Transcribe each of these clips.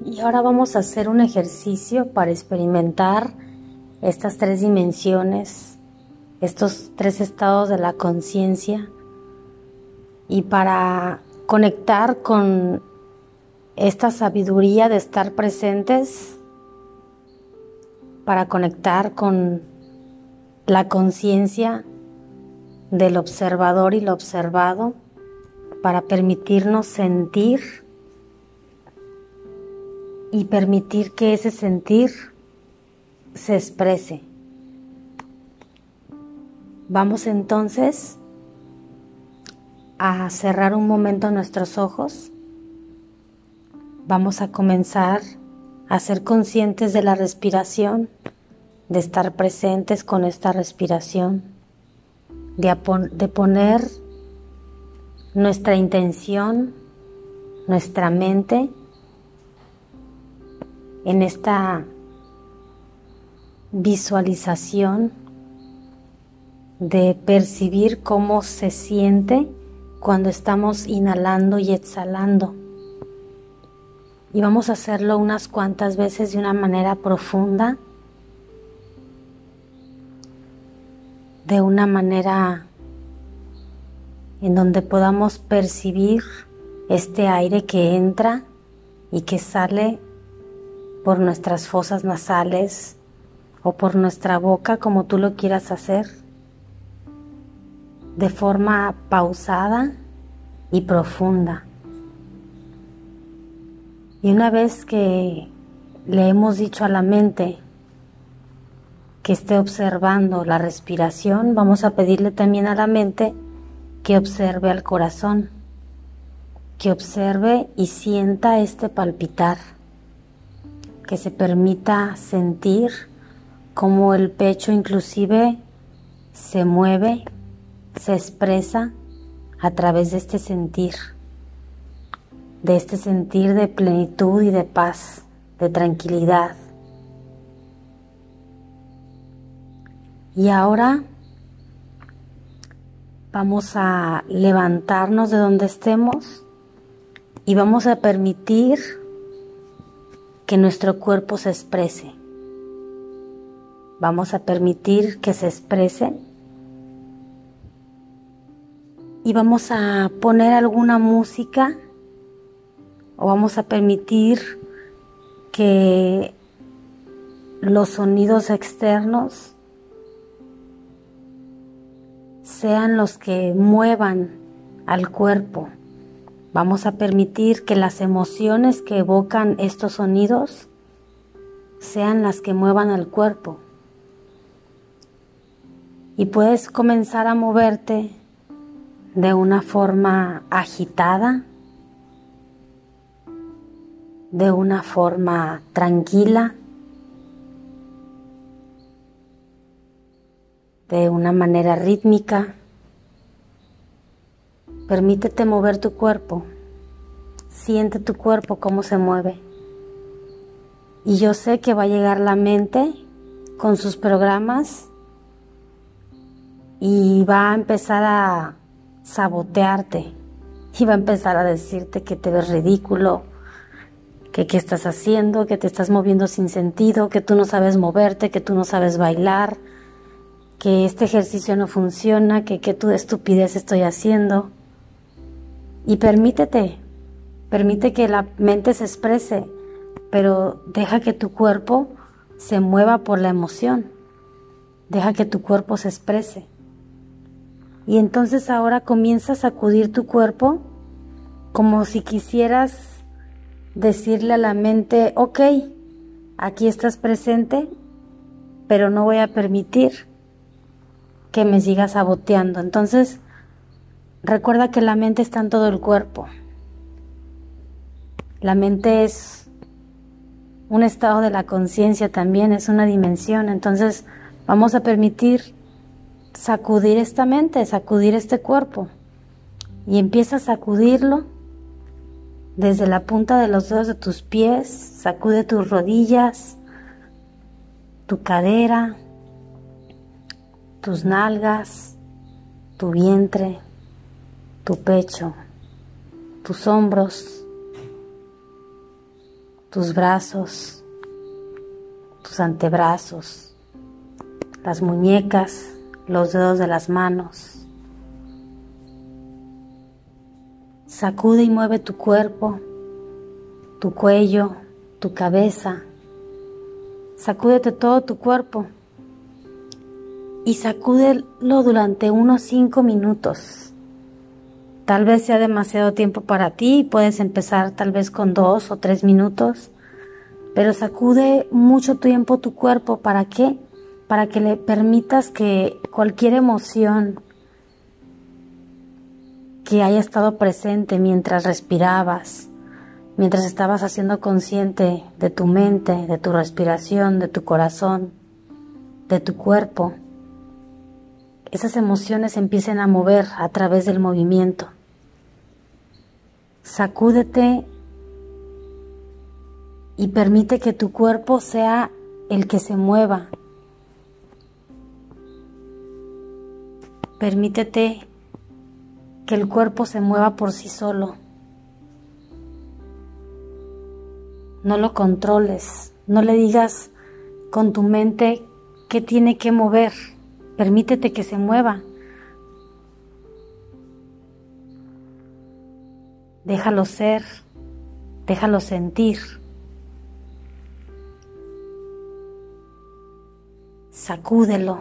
Y ahora vamos a hacer un ejercicio para experimentar estas tres dimensiones, estos tres estados de la conciencia, y para conectar con esta sabiduría de estar presentes, para conectar con la conciencia del observador y lo observado, para permitirnos sentir y permitir que ese sentir se exprese. Vamos entonces a cerrar un momento nuestros ojos. Vamos a comenzar a ser conscientes de la respiración, de estar presentes con esta respiración, de poner nuestra intención, nuestra mente en esta visualización de percibir cómo se siente cuando estamos inhalando y exhalando. Y vamos a hacerlo unas cuantas veces de una manera profunda, de una manera en donde podamos percibir este aire que entra y que sale por nuestras fosas nasales o por nuestra boca, como tú lo quieras hacer, de forma pausada y profunda. Y una vez que le hemos dicho a la mente que esté observando la respiración, vamos a pedirle también a la mente que observe al corazón, que observe y sienta este palpitar, que se permita sentir cómo el pecho inclusive se mueve, se expresa a través de este sentir de plenitud y de paz, de tranquilidad. Y ahora vamos a levantarnos de donde estemos y vamos a permitir que nuestro cuerpo se exprese. Vamos a permitir que se exprese y vamos a poner alguna música o vamos a permitir que los sonidos externos sean los que muevan al cuerpo. Vamos a permitir que las emociones que evocan estos sonidos sean las que muevan al cuerpo. Y puedes comenzar a moverte de una forma agitada, de una forma tranquila, de una manera rítmica. Permítete mover tu cuerpo, siente tu cuerpo cómo se mueve. Y yo sé que va a llegar la mente con sus programas y va a empezar a sabotearte y va a empezar a decirte que te ves ridículo, que qué estás haciendo, que te estás moviendo sin sentido, que tú no sabes moverte, que tú no sabes bailar, que este ejercicio no funciona, que qué tu estupidez estoy haciendo. Y permite que la mente se exprese, pero deja que tu cuerpo se mueva por la emoción, deja que tu cuerpo se exprese. Y entonces ahora comienza a sacudir tu cuerpo como si quisieras decirle a la mente, ok, aquí estás presente, pero no voy a permitir que me sigas saboteando. Entonces, recuerda que la mente está en todo el cuerpo. La mente es un estado de la conciencia también, es una dimensión. Entonces, vamos a permitir sacudir esta mente, sacudir este cuerpo. Y empieza a sacudirlo desde la punta de los dedos de tus pies, sacude tus rodillas, tu cadera, tus nalgas, tu vientre, tu pecho, tus hombros, tus brazos, tus antebrazos, las muñecas, los dedos de las manos. Sacude y mueve tu cuerpo, tu cuello, tu cabeza. Sacúdete todo tu cuerpo y sacúdelo durante unos 5 minutos. Tal vez sea demasiado tiempo para ti, puedes empezar tal vez con 2 o 3 minutos, pero sacude mucho tiempo tu cuerpo. ¿Para qué? Para que le permitas que cualquier emoción que haya estado presente mientras respirabas, mientras estabas haciendo consciente de tu mente, de tu respiración, de tu corazón, de tu cuerpo, esas emociones empiecen a mover a través del movimiento. Sacúdete y permite que tu cuerpo sea el que se mueva. Permítete que el cuerpo se mueva por sí solo. No lo controles, no le digas con tu mente qué tiene que mover. Permítete que se mueva. Déjalo ser, déjalo sentir. Sacúdelo.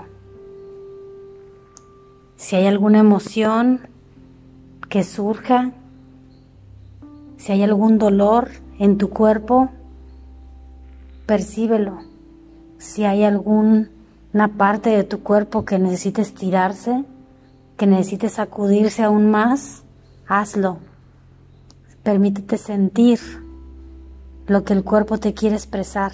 Si hay alguna emoción que surja, si hay algún dolor en tu cuerpo, percíbelo. Si hay alguna parte de tu cuerpo que necesite estirarse, que necesite sacudirse aún más, hazlo. Permítete sentir lo que el cuerpo te quiere expresar.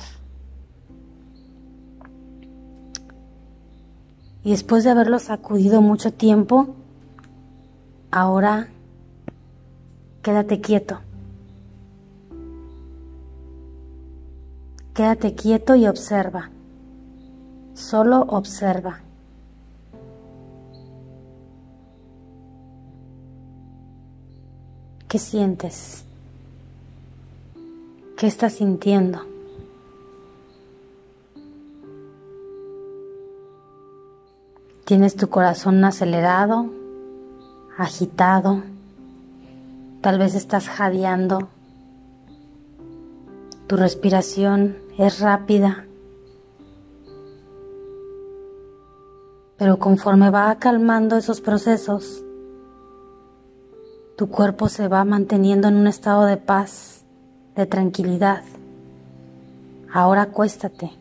Y después de haberlo sacudido mucho tiempo, ahora quédate quieto. Quédate quieto y observa. Solo observa. ¿Qué sientes? ¿Qué estás sintiendo? ¿Tienes tu corazón acelerado, agitado? Tal vez estás jadeando. Tu respiración es rápida. Pero conforme va calmando esos procesos, tu cuerpo se va manteniendo en un estado de paz, de tranquilidad. Ahora acuéstate.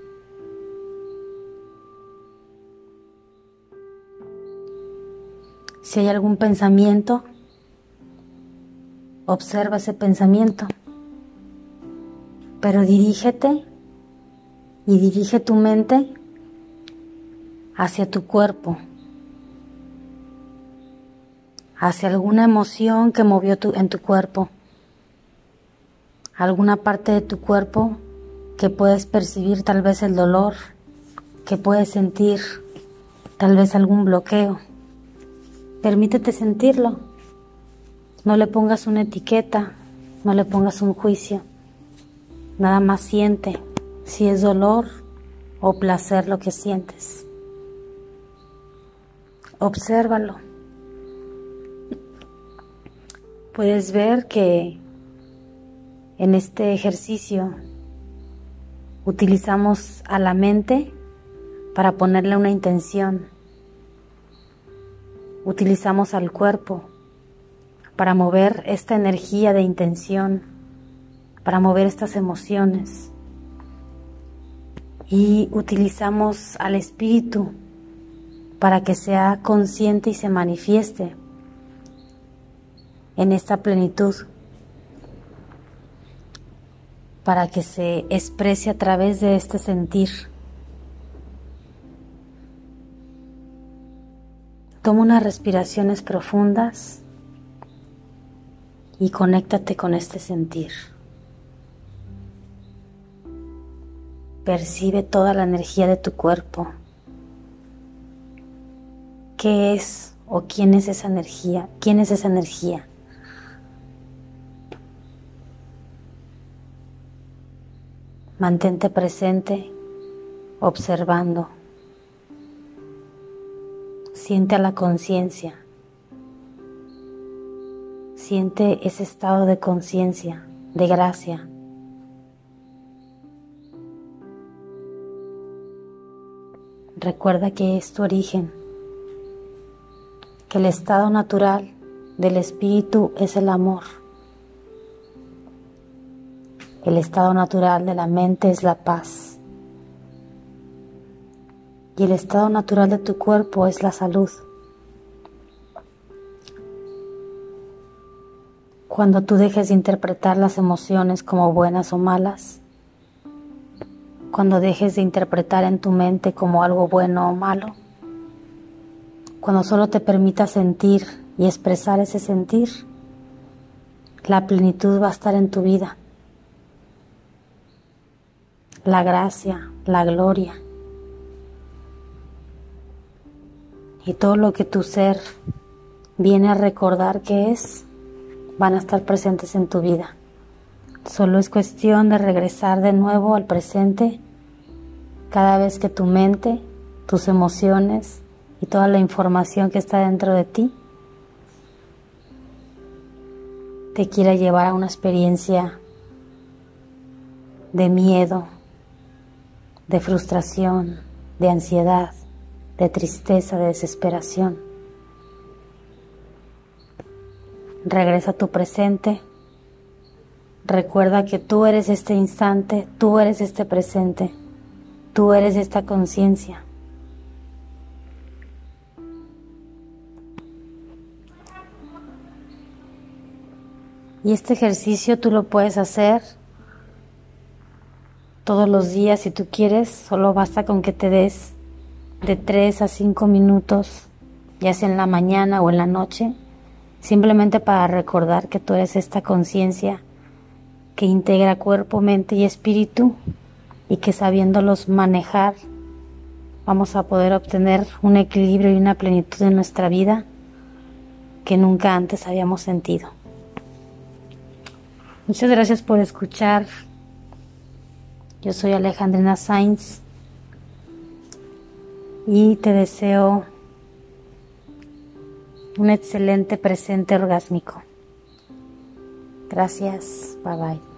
Si hay algún pensamiento, observa ese pensamiento, pero dirígete y dirige tu mente hacia tu cuerpo, hacia alguna emoción que movió en tu cuerpo, alguna parte de tu cuerpo que puedes percibir, tal vez el dolor, que puedes sentir, tal vez algún bloqueo. Permítete sentirlo. No le pongas una etiqueta, no le pongas un juicio. Nada más siente si es dolor o placer lo que sientes. Obsérvalo. Puedes ver que en este ejercicio utilizamos a la mente para ponerle una intención. Utilizamos al cuerpo para mover esta energía de intención, para mover estas emociones. Y utilizamos al espíritu para que sea consciente y se manifieste en esta plenitud, para que se exprese a través de este sentir. Toma unas respiraciones profundas y conéctate con este sentir. Percibe toda la energía de tu cuerpo. ¿Qué es o quién es esa energía? ¿Quién es esa energía? Mantente presente, observando. Siente a la conciencia. Siente ese estado de conciencia, de gracia. Recuerda que es tu origen, que el estado natural del espíritu es el amor. El estado natural de la mente es la paz. Y el estado natural de tu cuerpo es la salud. Cuando tú dejes de interpretar las emociones como buenas o malas, cuando dejes de interpretar en tu mente como algo bueno o malo, cuando solo te permitas sentir y expresar ese sentir, la plenitud va a estar en tu vida. La gracia, la gloria y todo lo que tu ser viene a recordar que es, van a estar presentes en tu vida. Solo es cuestión de regresar de nuevo al presente cada vez que tu mente, tus emociones y toda la información que está dentro de ti te quiera llevar a una experiencia de miedo, de frustración, de ansiedad, de tristeza, de desesperación. Regresa a tu presente. Recuerda que tú eres este instante, tú eres este presente, tú eres esta conciencia. Y este ejercicio tú lo puedes hacer todos los días si tú quieres. Solo basta con que te des de 3 a 5 minutos, ya sea en la mañana o en la noche, simplemente para recordar que tú eres esta conciencia que integra cuerpo, mente y espíritu, y que sabiéndolos manejar vamos a poder obtener un equilibrio y una plenitud en nuestra vida que nunca antes habíamos sentido. Muchas gracias por escuchar. Yo soy Alejandrina Sainz y te deseo un excelente presente orgásmico. Gracias. Bye bye.